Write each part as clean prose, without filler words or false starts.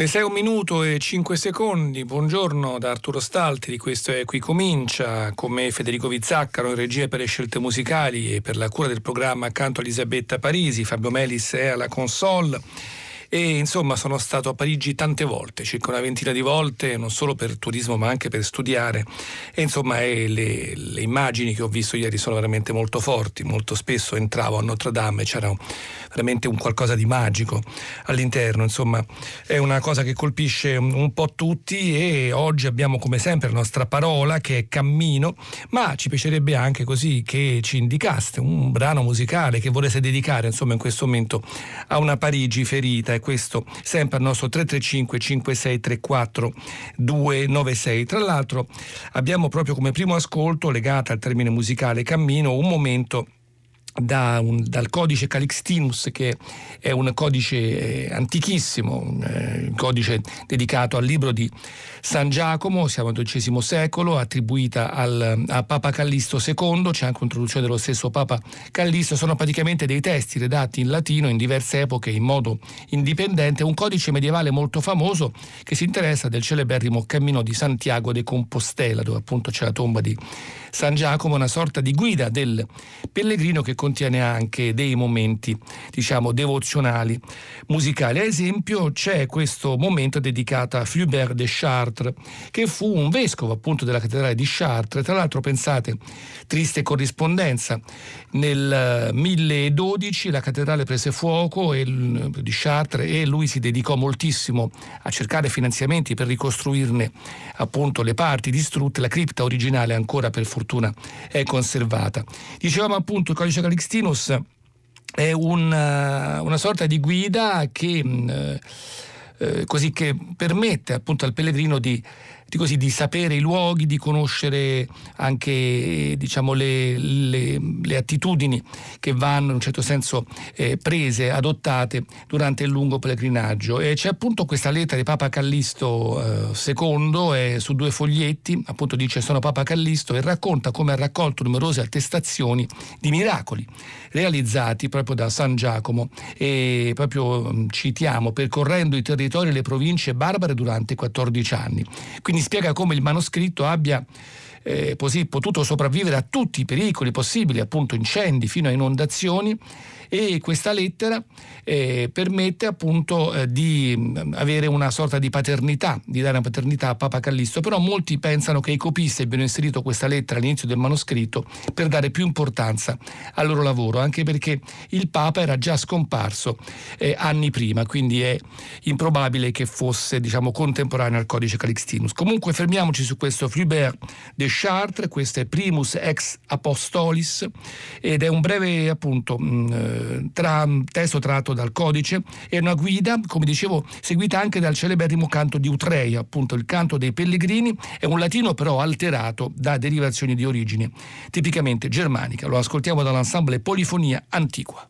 Le 6 un minuto e 5 secondi. Buongiorno da Arturo Staltri, questo è Qui Comincia, con me Federico Vizzaccaro in regia per le scelte musicali e per la cura del programma accanto a Elisabetta Parisi. Fabio Melis è alla console. E insomma sono stato a Parigi tante volte, circa una ventina di volte, non solo per turismo ma anche per studiare, e insomma le immagini che ho visto ieri sono veramente molto forti. Molto spesso entravo a Notre Dame e c'era veramente un qualcosa di magico all'interno. Insomma è una cosa che colpisce un po' tutti, e oggi abbiamo come sempre la nostra parola che è cammino, ma ci piacerebbe anche così che ci indicaste un brano musicale che vorreste dedicare insomma in questo momento a una Parigi ferita, e questo sempre al nostro 335 5634 296. Tra l'altro abbiamo proprio come primo ascolto, legato al termine musicale cammino, un momento dal codice Calixtinus, che è un codice antichissimo, un codice dedicato al libro di San Giacomo, siamo al XII secolo, attribuita a Papa Callisto II. C'è anche un'introduzione dello stesso Papa Callisto. Sono praticamente dei testi redatti in latino in diverse epoche in modo indipendente, un codice medievale molto famoso che si interessa del celeberrimo Cammino di Santiago de Compostela, dove appunto c'è la tomba di San Giacomo, una sorta di guida del pellegrino che contiene anche dei momenti, diciamo, devozionali musicali. Ad esempio c'è questo momento dedicato a Flubert de Chartres, che fu un vescovo appunto della cattedrale di Chartres. Tra l'altro pensate, triste corrispondenza, nel 1012 la cattedrale prese fuoco di Chartres, e lui si dedicò moltissimo a cercare finanziamenti per ricostruirne appunto le parti distrutte. La cripta originale ancora per fortuna è conservata. Dicevamo appunto il codice Calixtinus è una sorta di guida che così che permette appunto al pellegrino di sapere i luoghi, di conoscere anche diciamo le attitudini che vanno in un certo senso prese, adottate durante il lungo pellegrinaggio. E c'è appunto questa lettera di Papa Callisto II, su 2 foglietti, appunto dice: sono Papa Callisto, e racconta come ha raccolto numerose attestazioni di miracoli realizzati proprio da San Giacomo, e proprio citiamo: percorrendo i territori e le province barbare durante 14 anni. Quindi spiega come il manoscritto abbia così potuto sopravvivere a tutti i pericoli possibili, appunto incendi fino a inondazioni, e questa lettera permette appunto di avere una sorta di paternità, di dare una paternità a Papa Callisto. Però molti pensano che i copisti abbiano inserito questa lettera all'inizio del manoscritto per dare più importanza al loro lavoro, anche perché il Papa era già scomparso anni prima, quindi è improbabile che fosse diciamo contemporaneo al codice Calixtinus. Comunque fermiamoci su questo Flubert de Chartres. Questo è Primus ex Apostolis, ed è un breve appunto testo tratto dal codice. È una guida, come dicevo, seguita anche dal celeberrimo canto di Utreia, appunto il canto dei pellegrini. È un latino però alterato da derivazioni di origine tipicamente germanica. Lo ascoltiamo dall'ensemble Polifonia Antiqua.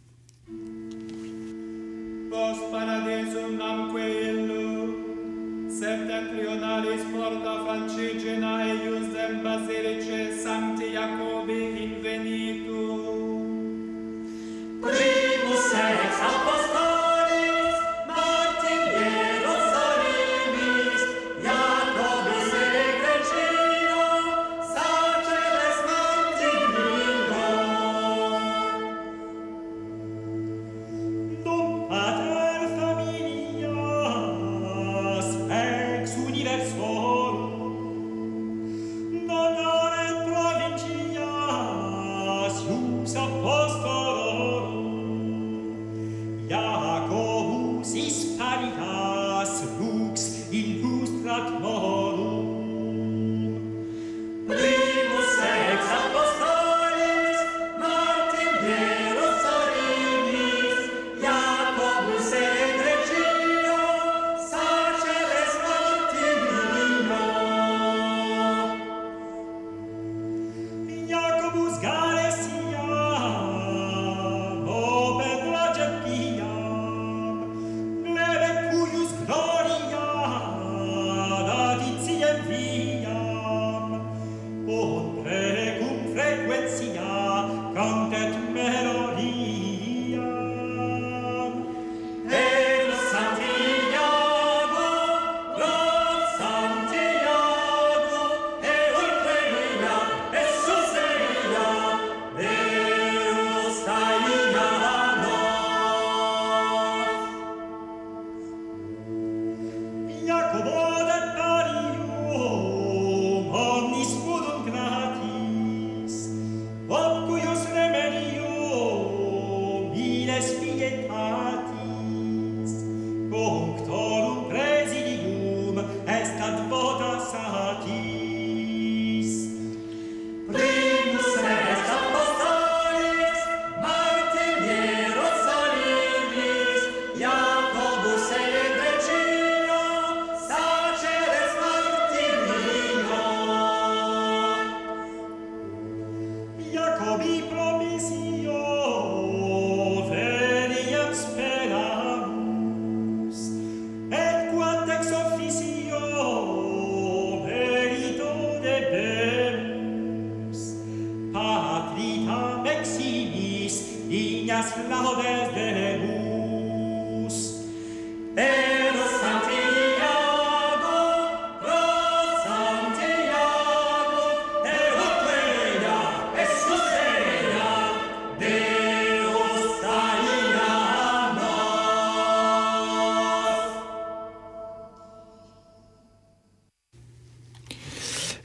Post paradisum namque illu, septentrionalis porta Francigena eiusdem basilice Sancti Jacobi invenitum. Primus ex Apostolis, Martin Hierosonymis, Jacobus Egregio, Saceres Mantiminor. Dum pater familias ex universorum, non et provincias ius apostolorum, Jacobus Hispanitas lux illustrat morum. Primus ex Apostolis, Martin Hierosonymis, Jacobus Egregio, Saceres Mantiminor. Jacobus Galesiam, Open Ragepiam, Plebe cuius gloria dati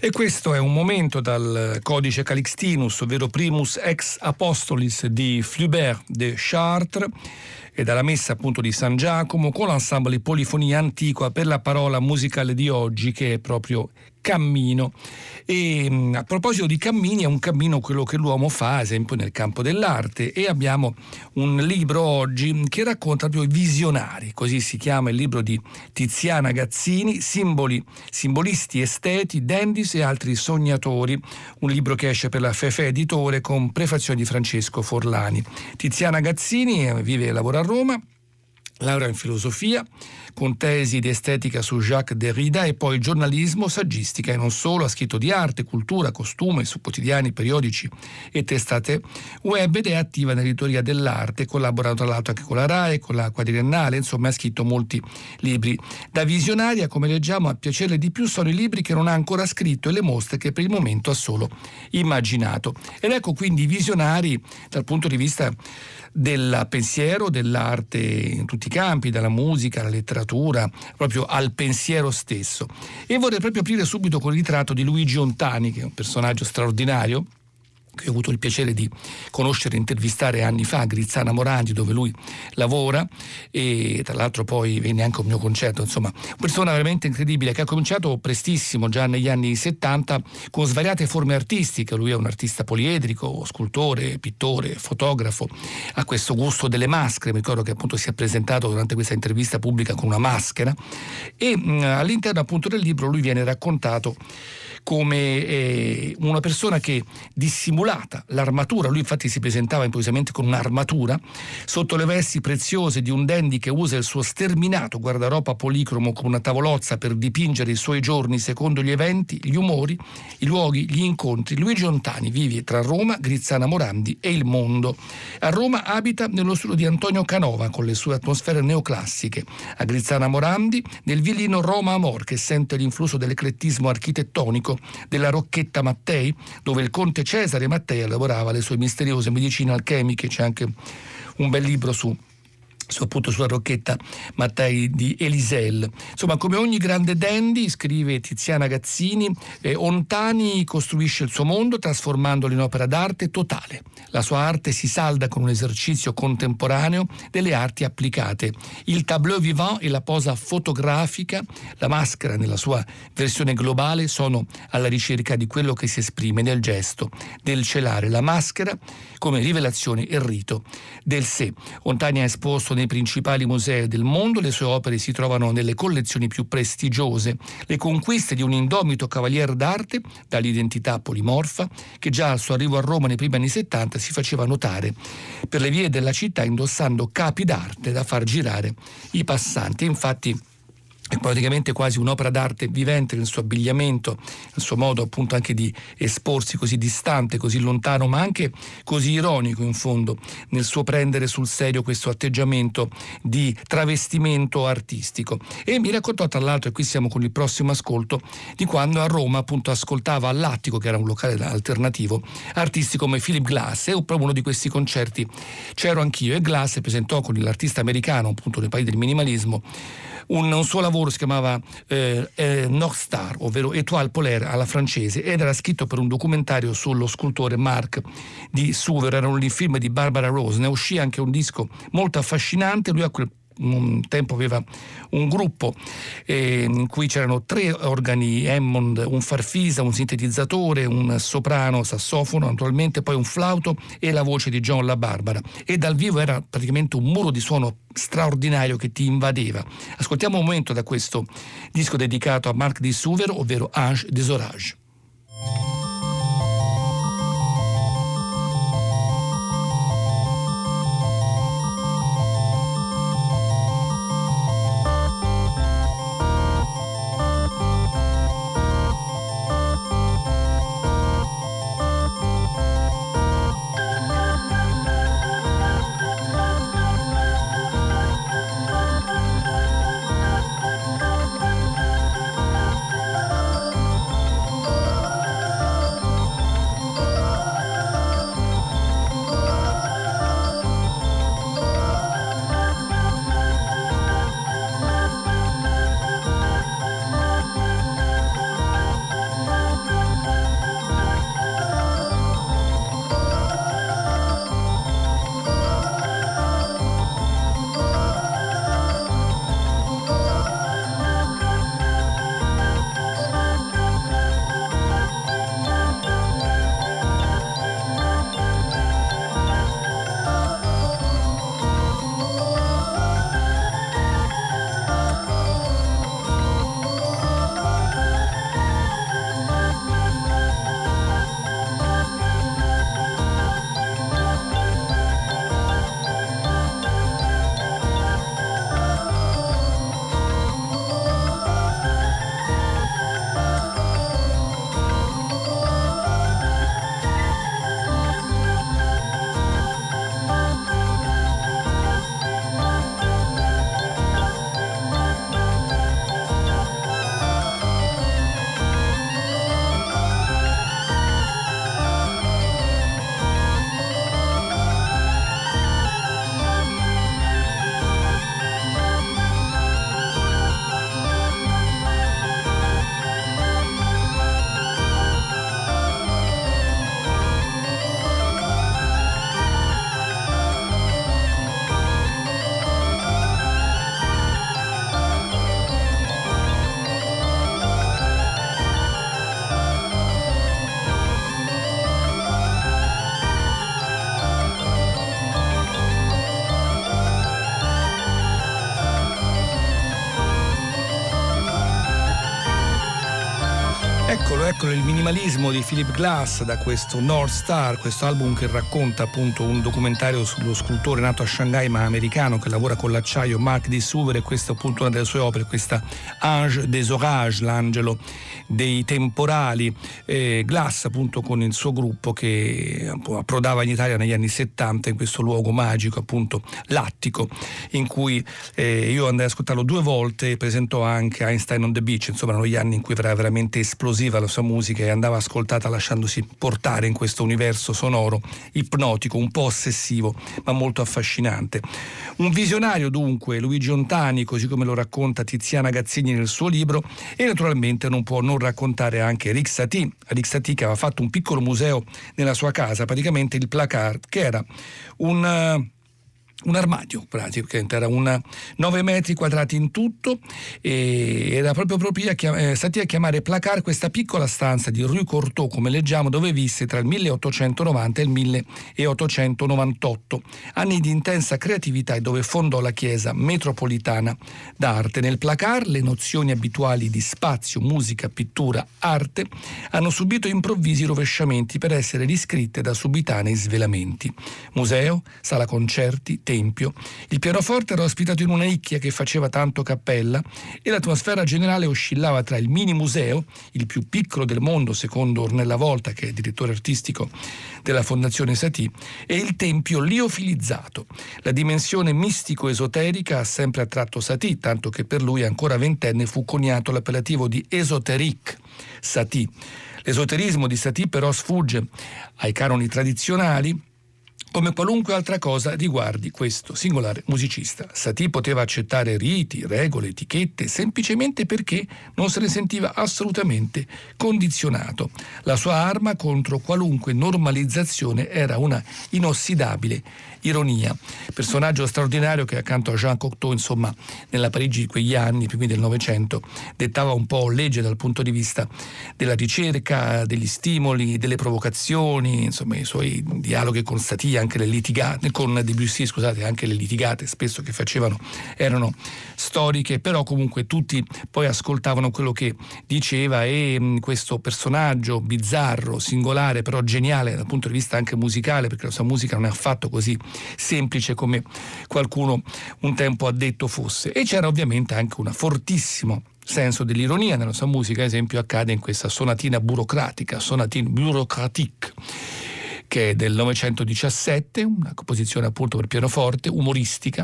E questo è un momento dal Codice Calixtinus, ovvero Primus ex Apostolis di Flubert de Chartres, e dalla messa appunto di San Giacomo, con l'ensemble Polifonia Antiqua per la parola musicale di oggi, che è proprio cammino. E a proposito di cammini, è un cammino quello che l'uomo fa, ad esempio nel campo dell'arte, e abbiamo un libro oggi che racconta proprio i visionari, così si chiama il libro di Tiziana Gazzini, Simbolisti esteti, dandies e altri sognatori, un libro che esce per la Fefè Editore con prefazione di Francesco Forlani. Tiziana Gazzini vive e lavora a Roma, laurea in filosofia, con tesi di estetica su Jacques Derrida e poi giornalismo, saggistica e non solo. Ha scritto di arte, cultura, costume su quotidiani, periodici e testate web, ed è attiva nell'editoria dell'arte, collabora tra l'altro anche con la RAI, con la Quadriennale, insomma ha scritto molti libri. Da visionaria, come leggiamo, a piacerle di più sono i libri che non ha ancora scritto e le mostre che per il momento ha solo immaginato. Ed ecco quindi i visionari dal punto di vista del pensiero, dell'arte in tutti i campi, dalla musica alla letteratura, proprio al pensiero stesso. E vorrei proprio aprire subito con il ritratto di Luigi Ontani, che è un personaggio straordinario, che ho avuto il piacere di conoscere e intervistare anni fa a Grizzana Morandi, dove lui lavora, e tra l'altro poi venne anche un mio concerto. Insomma, una persona veramente incredibile, che ha cominciato prestissimo, già negli anni 70, con svariate forme artistiche. Lui è un artista poliedrico, scultore, pittore, fotografo, ha questo gusto delle maschere. Mi ricordo che appunto si è presentato durante questa intervista pubblica con una maschera, e all'interno appunto del libro lui viene raccontato come una persona che, dissimulata l'armatura, lui infatti si presentava improvvisamente con un'armatura, sotto le vesti preziose di un dandy che usa il suo sterminato guardaroba policromo come una tavolozza per dipingere i suoi giorni secondo gli eventi, gli umori, i luoghi, gli incontri. Luigi Ontani vive tra Roma, Grizzana Morandi e il mondo. A Roma abita nello studio di Antonio Canova con le sue atmosfere neoclassiche. A Grizzana Morandi nel villino Roma Amor, che sente l'influsso dell'eclettismo architettonico della Rocchetta Mattei, dove il conte Cesare Mattei lavorava le sue misteriose medicine alchemiche. C'è anche un bel libro su appunto sulla Rocchetta Mattei di Elisel. Insomma, come ogni grande dandy, scrive Tiziana Gazzini, Ontani costruisce il suo mondo trasformandolo in opera d'arte totale. La sua arte si salda con un esercizio contemporaneo delle arti applicate. Il tableau vivant e la posa fotografica, la maschera nella sua versione globale, sono alla ricerca di quello che si esprime nel gesto del celare la maschera come rivelazione e rito del sé. Ontani ha esposto nei principali musei del mondo, le sue opere si trovano nelle collezioni più prestigiose. Le conquiste di un indomito cavalier d'arte, dall'identità polimorfa, che già al suo arrivo a Roma nei primi anni 70 si faceva notare per le vie della città indossando capi d'arte da far girare i passanti. Infatti è praticamente quasi un'opera d'arte vivente nel suo abbigliamento, nel suo modo appunto anche di esporsi, così distante, così lontano, ma anche così ironico in fondo nel suo prendere sul serio questo atteggiamento di travestimento artistico. E mi raccontò tra l'altro, e qui siamo con il prossimo ascolto, di quando a Roma appunto ascoltava all'Attico, che era un locale alternativo, artisti come Philip Glass, e proprio uno di questi concerti c'ero anch'io, e Glass presentò con l'artista americano appunto nei paesi del minimalismo un suo lavoro, si chiamava North Star, ovvero Étoile polaire alla francese, ed era scritto per un documentario sullo scultore Marc di Suver. Era un film di Barbara Rose, ne uscì anche un disco molto affascinante. Lui a quel tempo aveva un gruppo in cui c'erano 3 organi Hammond, un farfisa, un sintetizzatore, un soprano, sassofono naturalmente, poi un flauto e la voce di John La Barbara, e dal vivo era praticamente un muro di suono straordinario che ti invadeva. Ascoltiamo un momento da questo disco dedicato a Marc di Suver, ovvero Ange des Orages. Eccolo, il minimalismo di Philip Glass da questo North Star, questo album che racconta appunto un documentario sullo scultore nato a Shanghai ma americano che lavora con l'acciaio, Marc Dessouver, e questa è appunto una delle sue opere, questa Ange des Orages, l'angelo dei temporali. Glass appunto con il suo gruppo che approdava in Italia negli anni 70 in questo luogo magico appunto l'Attico, in cui io andai ad ascoltarlo 2 volte, presentò anche Einstein on the Beach, insomma erano gli anni in cui era veramente esplosiva la sua musica e andava ascoltata lasciandosi portare in questo universo sonoro ipnotico, un po' ossessivo ma molto affascinante. Un visionario dunque Luigi Ontani, così come lo racconta Tiziana Gazzini nel suo libro, e naturalmente non può non raccontare anche Rick Satie che aveva fatto un piccolo museo nella sua casa, praticamente il placard, che era un armadio praticamente, era 9 metri quadrati in tutto, e era proprio Satie a chiamare placard questa piccola stanza di Rue Cortot, come leggiamo, dove visse tra il 1890 e il 1898, anni di intensa creatività e dove fondò la Chiesa Metropolitana d'Arte. Nel placard le nozioni abituali di spazio, musica, pittura, arte hanno subito improvvisi rovesciamenti per essere riscritte da subitanei svelamenti. Museo, sala concerti, tempio. Il pianoforte era ospitato in una nicchia che faceva tanto cappella e l'atmosfera generale oscillava tra il mini museo, il più piccolo del mondo secondo Ornella Volta, che è direttore artistico della Fondazione Satie, e il tempio liofilizzato. La dimensione mistico-esoterica ha sempre attratto Satie, tanto che per lui ancora ventenne fu coniato l'appellativo di Esoterique Satie. L'esoterismo di Satie però sfugge ai canoni tradizionali, come qualunque altra cosa riguardi questo singolare musicista. Satie poteva accettare riti, regole, etichette, semplicemente perché non se ne sentiva assolutamente condizionato. La sua arma contro qualunque normalizzazione era una inossidabile ironia. Personaggio straordinario che accanto a Jean Cocteau, insomma, nella Parigi di quegli anni, primi del Novecento, dettava un po' legge dal punto di vista della ricerca, degli stimoli, delle provocazioni, insomma i suoi dialoghi con Satie, anche le litigate, con Debussy, scusate, anche le litigate spesso che facevano erano storiche, però comunque tutti poi ascoltavano quello che diceva, e questo personaggio bizzarro, singolare, però geniale dal punto di vista anche musicale, perché la sua musica non è affatto così semplice come qualcuno un tempo ha detto fosse. E c'era ovviamente anche un fortissimo senso dell'ironia nella sua musica, ad esempio accade in questa sonatina burocratica, Sonatine Bureaucratique, che è del 1917, una composizione appunto per pianoforte, umoristica.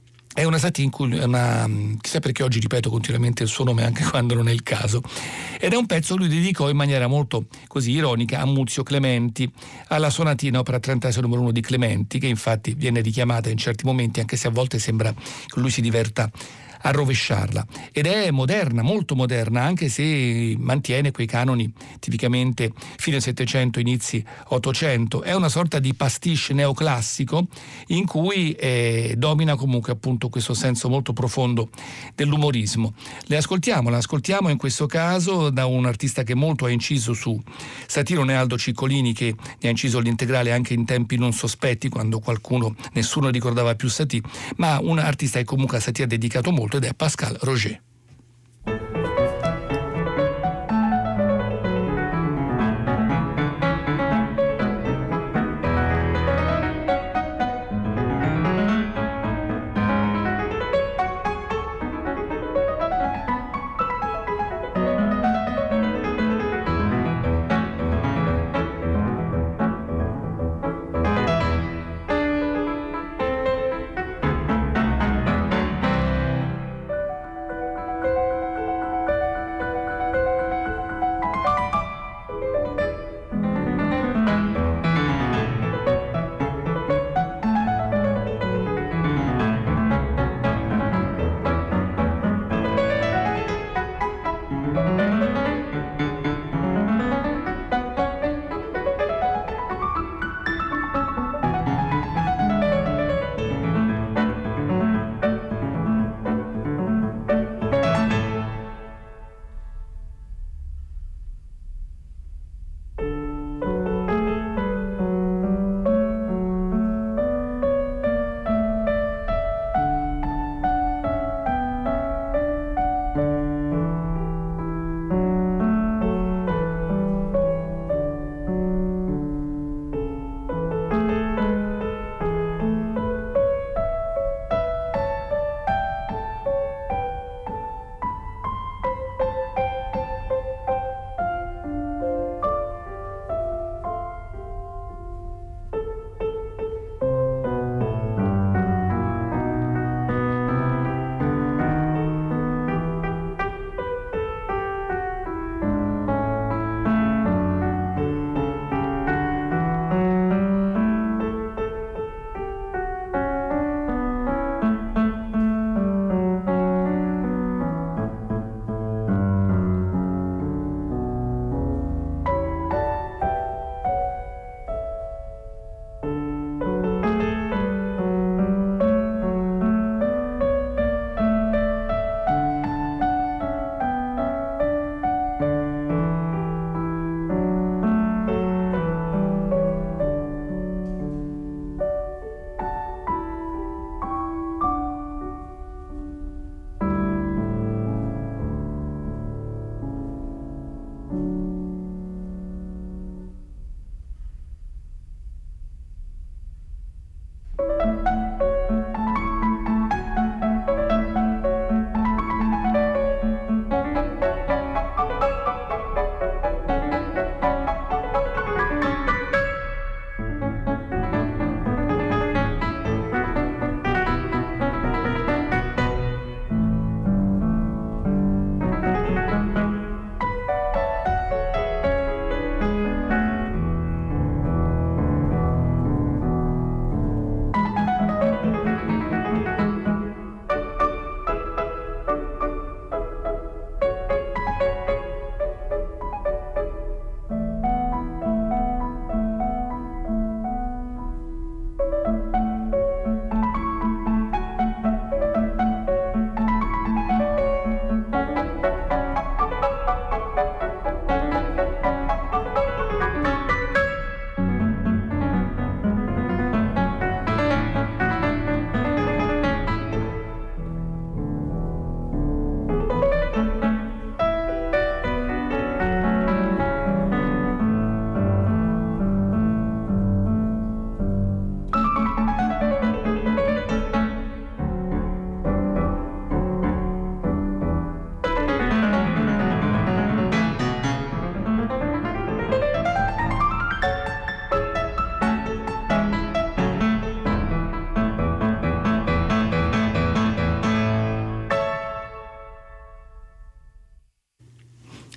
È una Satie in cui chissà perché oggi ripeto continuamente il suo nome anche quando non è il caso, ed è un pezzo che lui dedicò in maniera molto così ironica a Muzio Clementi, alla sonatina opera 36 numero 1 di Clementi, che infatti viene richiamata in certi momenti, anche se a volte sembra che lui si diverta a rovesciarla, ed è moderna, molto moderna, anche se mantiene quei canoni tipicamente fine 700 inizi 800. È una sorta di pastiche neoclassico in cui domina comunque appunto questo senso molto profondo dell'umorismo. La ascoltiamo in questo caso da un artista che molto ha inciso su Satie, non è Aldo Ciccolini, che ne ha inciso l'integrale anche in tempi non sospetti, quando nessuno ricordava più Satie, ma un artista che comunque a Satie ha dedicato molto, ed è Pascal Roger.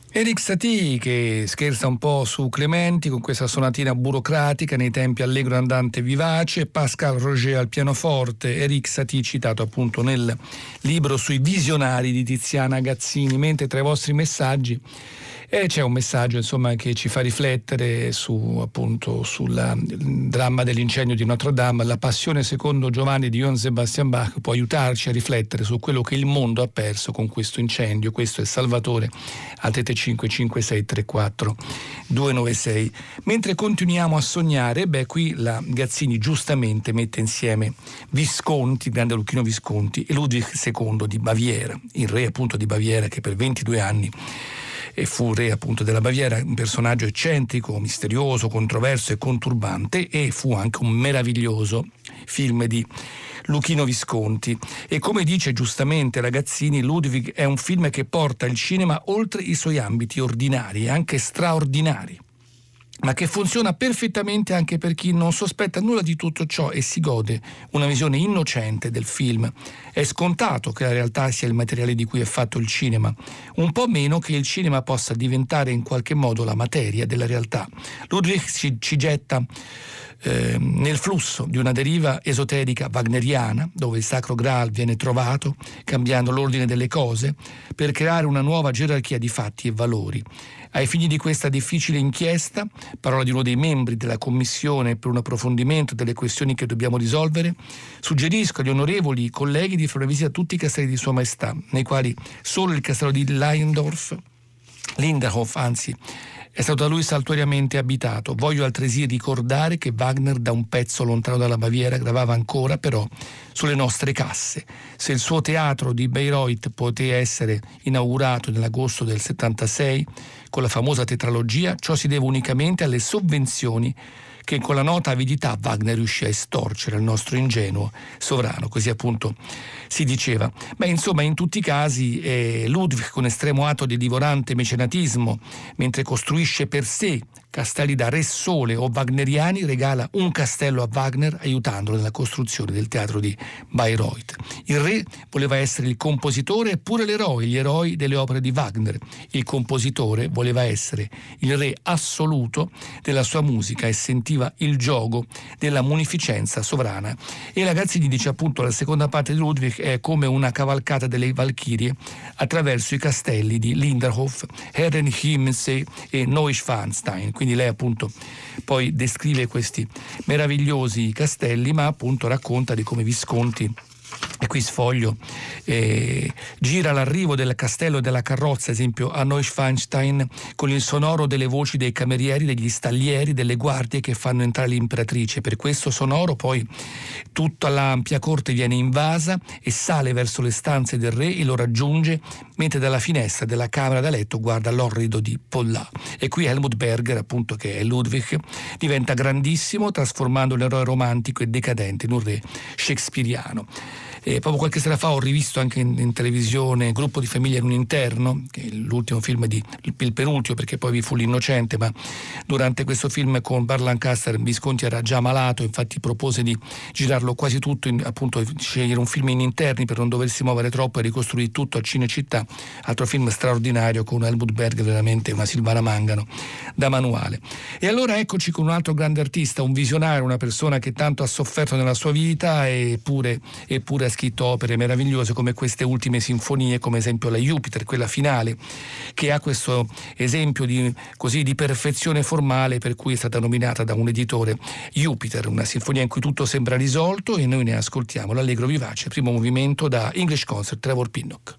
Erik Satie, che scherza un po' su Clementi con questa sonatina burocratica nei tempi allegro andante e vivace, Pascal Roger al pianoforte, Erik Satie citato appunto nel libro sui visionari di Tiziana Gazzini, mentre tra i vostri messaggi c'è un messaggio insomma che ci fa riflettere su appunto sul dramma dell'incendio di Notre Dame. La passione secondo Giovanni di Johann Sebastian Bach può aiutarci a riflettere su quello che il mondo ha perso con questo incendio. Questo è Salvatore al 355634 296. Mentre continuiamo a sognare, qui la Gazzini giustamente mette insieme Visconti, il grande Luchino Visconti, e Ludwig II di Baviera, il re appunto di Baviera che per 22 anni e fu re appunto della Baviera, un personaggio eccentrico, misterioso, controverso e conturbante, e fu anche un meraviglioso film di Luchino Visconti. E come dice giustamente Ragazzini, Ludwig è un film che porta il cinema oltre i suoi ambiti ordinari e anche straordinari, ma che funziona perfettamente anche per chi non sospetta nulla di tutto ciò e si gode una visione innocente del film. È scontato che la realtà sia il materiale di cui è fatto il cinema, un po' meno che il cinema possa diventare in qualche modo la materia della realtà. Ludwig ci getta nel flusso di una deriva esoterica wagneriana, dove il Sacro Graal viene trovato, cambiando l'ordine delle cose, per creare una nuova gerarchia di fatti e valori. Ai fini di questa difficile inchiesta, parola di uno dei membri della commissione per un approfondimento delle questioni che dobbiamo risolvere, suggerisco agli onorevoli colleghi di fare una visita a tutti i castelli di Sua Maestà, nei quali solo il castello di Linderhof, è stato da lui saltuariamente abitato. Voglio altresì ricordare che Wagner, da un pezzo lontano dalla Baviera, gravava ancora però sulle nostre casse. Se il suo teatro di Bayreuth poté essere inaugurato nell'agosto del 76 con la famosa tetralogia, ciò si deve unicamente alle sovvenzioni che con la nota avidità Wagner riuscì a estorcere al nostro ingenuo sovrano, così appunto si diceva. Insomma, in tutti i casi Ludwig, con estremo atto di divorante mecenatismo, mentre costruisce per sé castelli da re sole o wagneriani, regala un castello a Wagner aiutandolo nella costruzione del teatro di Bayreuth. Il re voleva essere il compositore e pure l'eroe, gli eroi delle opere di Wagner. Il compositore voleva essere il re assoluto della sua musica e sentiva il giogo della munificenza sovrana. E Ragazzini dice appunto la seconda parte di Ludwig è come una cavalcata delle Valchirie attraverso i castelli di Linderhof, Herrenchiemsee e Neuschwanstein. Quindi lei appunto poi descrive questi meravigliosi castelli, ma appunto racconta di come Visconti, e qui sfoglio, gira l'arrivo del castello e della carrozza, esempio a Neuschwanstein, con il sonoro delle voci dei camerieri, degli stallieri, delle guardie che fanno entrare l'imperatrice. Per questo sonoro poi tutta l'ampia corte viene invasa e sale verso le stanze del re e lo raggiunge mentre dalla finestra della camera da letto guarda l'orrido di Pollà. E qui Helmut Berger, appunto, che è Ludwig, diventa grandissimo, trasformando l'eroe romantico e decadente in un re shakespeariano. Proprio qualche sera fa ho rivisto anche in televisione Gruppo di famiglia in un interno, che è l'ultimo film il penultimo, perché poi vi fu L'Innocente, ma durante questo film con Burt Lancaster Visconti era già malato, infatti propose di girarlo quasi tutto, appunto scegliere un film in interni per non doversi muovere troppo e ricostruire tutto a Cinecittà, altro film straordinario con Helmut Berger, veramente una Silvana Mangano da manuale. E allora eccoci con un altro grande artista, un visionario, una persona che tanto ha sofferto nella sua vita eppure ha scritto opere meravigliose come queste ultime sinfonie, come esempio la Jupiter, quella finale, che ha questo esempio di perfezione formale per cui è stata nominata da un editore Jupiter, una sinfonia in cui tutto sembra risolto, e noi ne ascoltiamo l'allegro vivace primo movimento da English Concert, Trevor Pinnock.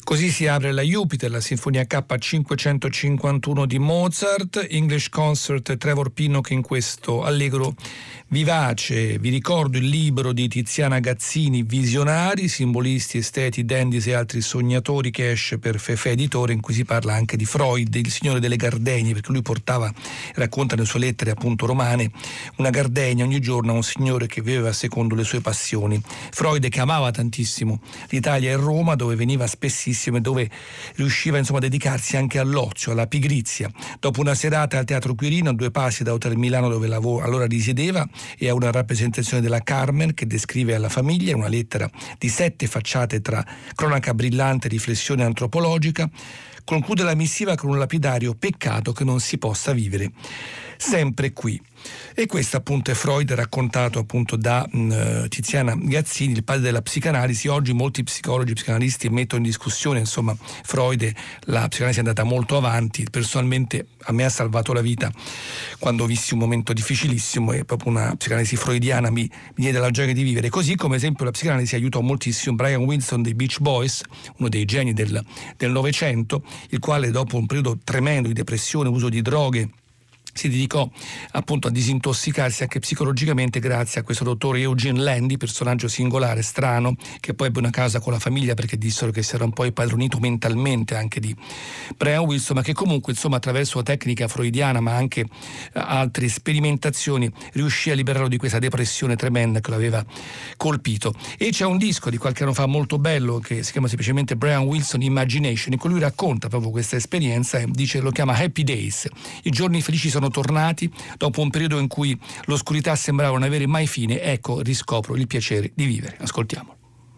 Così si apre la Jupiter, la Sinfonia K551 di Mozart, English Concert Trevor Pinnock in questo allegro vivace. Vi ricordo il libro di Tiziana Gazzini, Visionari, simbolisti, esteti, dandies e altri sognatori, che esce per Fefè Editore, in cui si parla anche di Freud, il signore delle gardenie, perché lui racconta nelle sue lettere appunto romane, una gardenia ogni giorno a un signore che viveva secondo le sue passioni. Freud, che amava tantissimo l'Italia e Roma, dove veniva spessissimo e dove riusciva insomma a dedicarsi anche all'ozio, alla pigrizia. Dopo una serata al Teatro Quirino, a 2 passi da Hotel Milano dove allora risiedeva, e a una rappresentazione della Carmen che descrive alla famiglia una lettera di 7 facciate tra cronaca brillante e riflessione antropologica, conclude la missiva con un lapidario: peccato che non si possa vivere sempre qui. E questo appunto è Freud, raccontato appunto da Tiziana Gazzini, il padre della psicanalisi. Oggi molti psicologi, psicanalisti mettono in discussione insomma Freud, la psicanalisi è andata molto avanti. Personalmente a me ha salvato la vita quando vissi un momento difficilissimo, e proprio una psicanalisi freudiana mi diede la gioia di vivere. Così come esempio la psicanalisi aiutò moltissimo Brian Wilson dei Beach Boys, uno dei geni del Novecento, il quale dopo un periodo tremendo di depressione, uso di droghe, si dedicò appunto a disintossicarsi anche psicologicamente grazie a questo dottore Eugene Landy, personaggio singolare, strano, che poi ebbe una causa con la famiglia perché dissero che si era un po' impadronito mentalmente anche di Brian Wilson, ma che comunque insomma attraverso la tecnica freudiana ma anche altre sperimentazioni riuscì a liberarlo di questa depressione tremenda che lo aveva colpito. E c'è un disco di qualche anno fa molto bello che si chiama semplicemente Brian Wilson Imagination, in cui lui racconta proprio questa esperienza e dice, lo chiama Happy Days, i giorni felici sono tornati dopo un periodo in cui l'oscurità sembrava non avere mai fine. Ecco, riscopro il piacere di vivere. Ascoltiamo.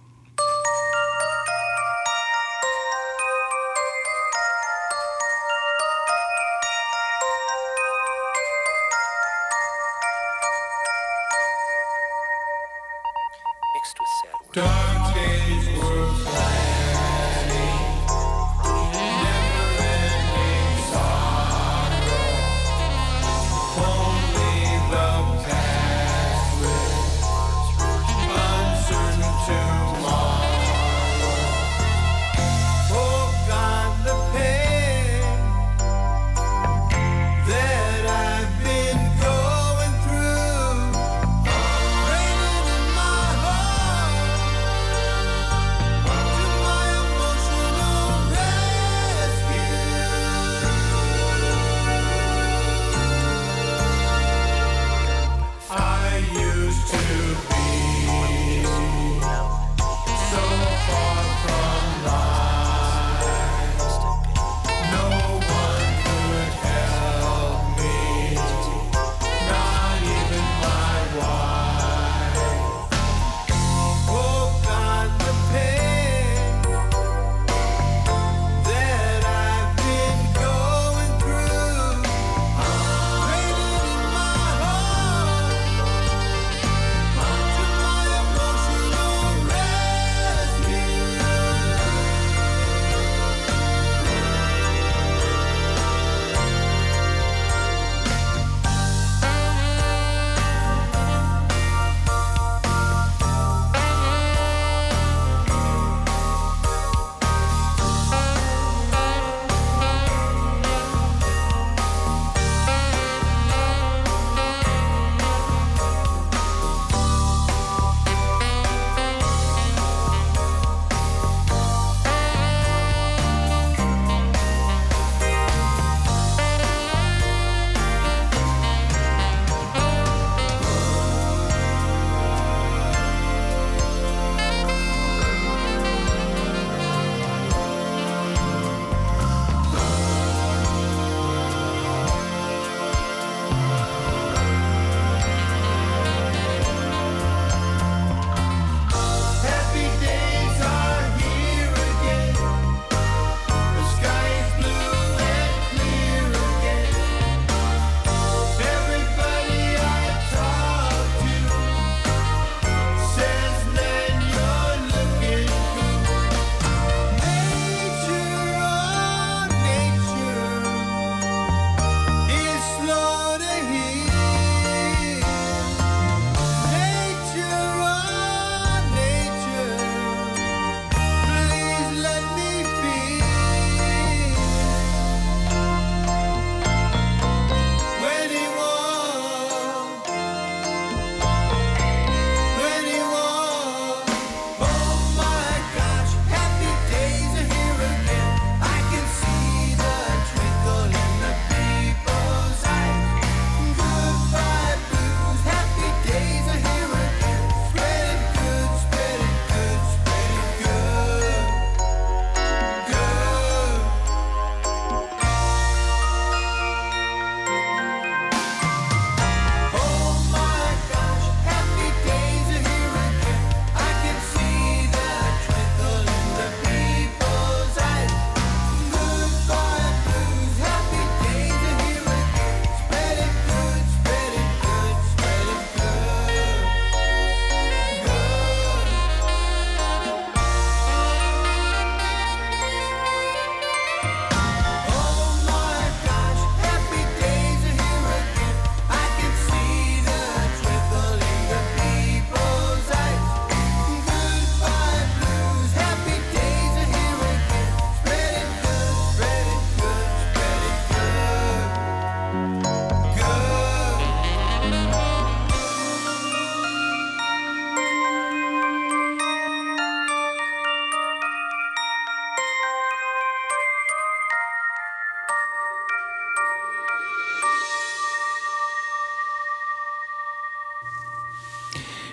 Dark days were planning, never-ending sorrow, only the past with uncertain tomorrow. Oh God, the pain that I've been going through, raining in my heart.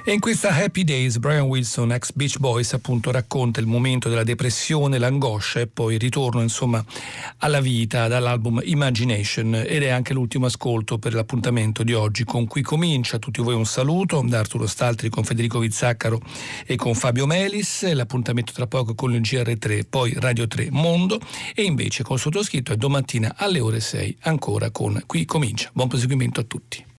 E in questa Happy Days Brian Wilson, ex Beach Boys, appunto racconta il momento della depressione, l'angoscia e poi il ritorno insomma alla vita dall'album Imagination, ed è anche l'ultimo ascolto per l'appuntamento di oggi con Qui Comincia. A tutti voi un saluto da Arturo Staltri con Federico Vizzaccaro e con Fabio Melis. L'appuntamento tra poco con il GR3, poi Radio 3 Mondo, e invece col sottoscritto è domattina alle ore 6 ancora con Qui Comincia. Buon proseguimento a tutti.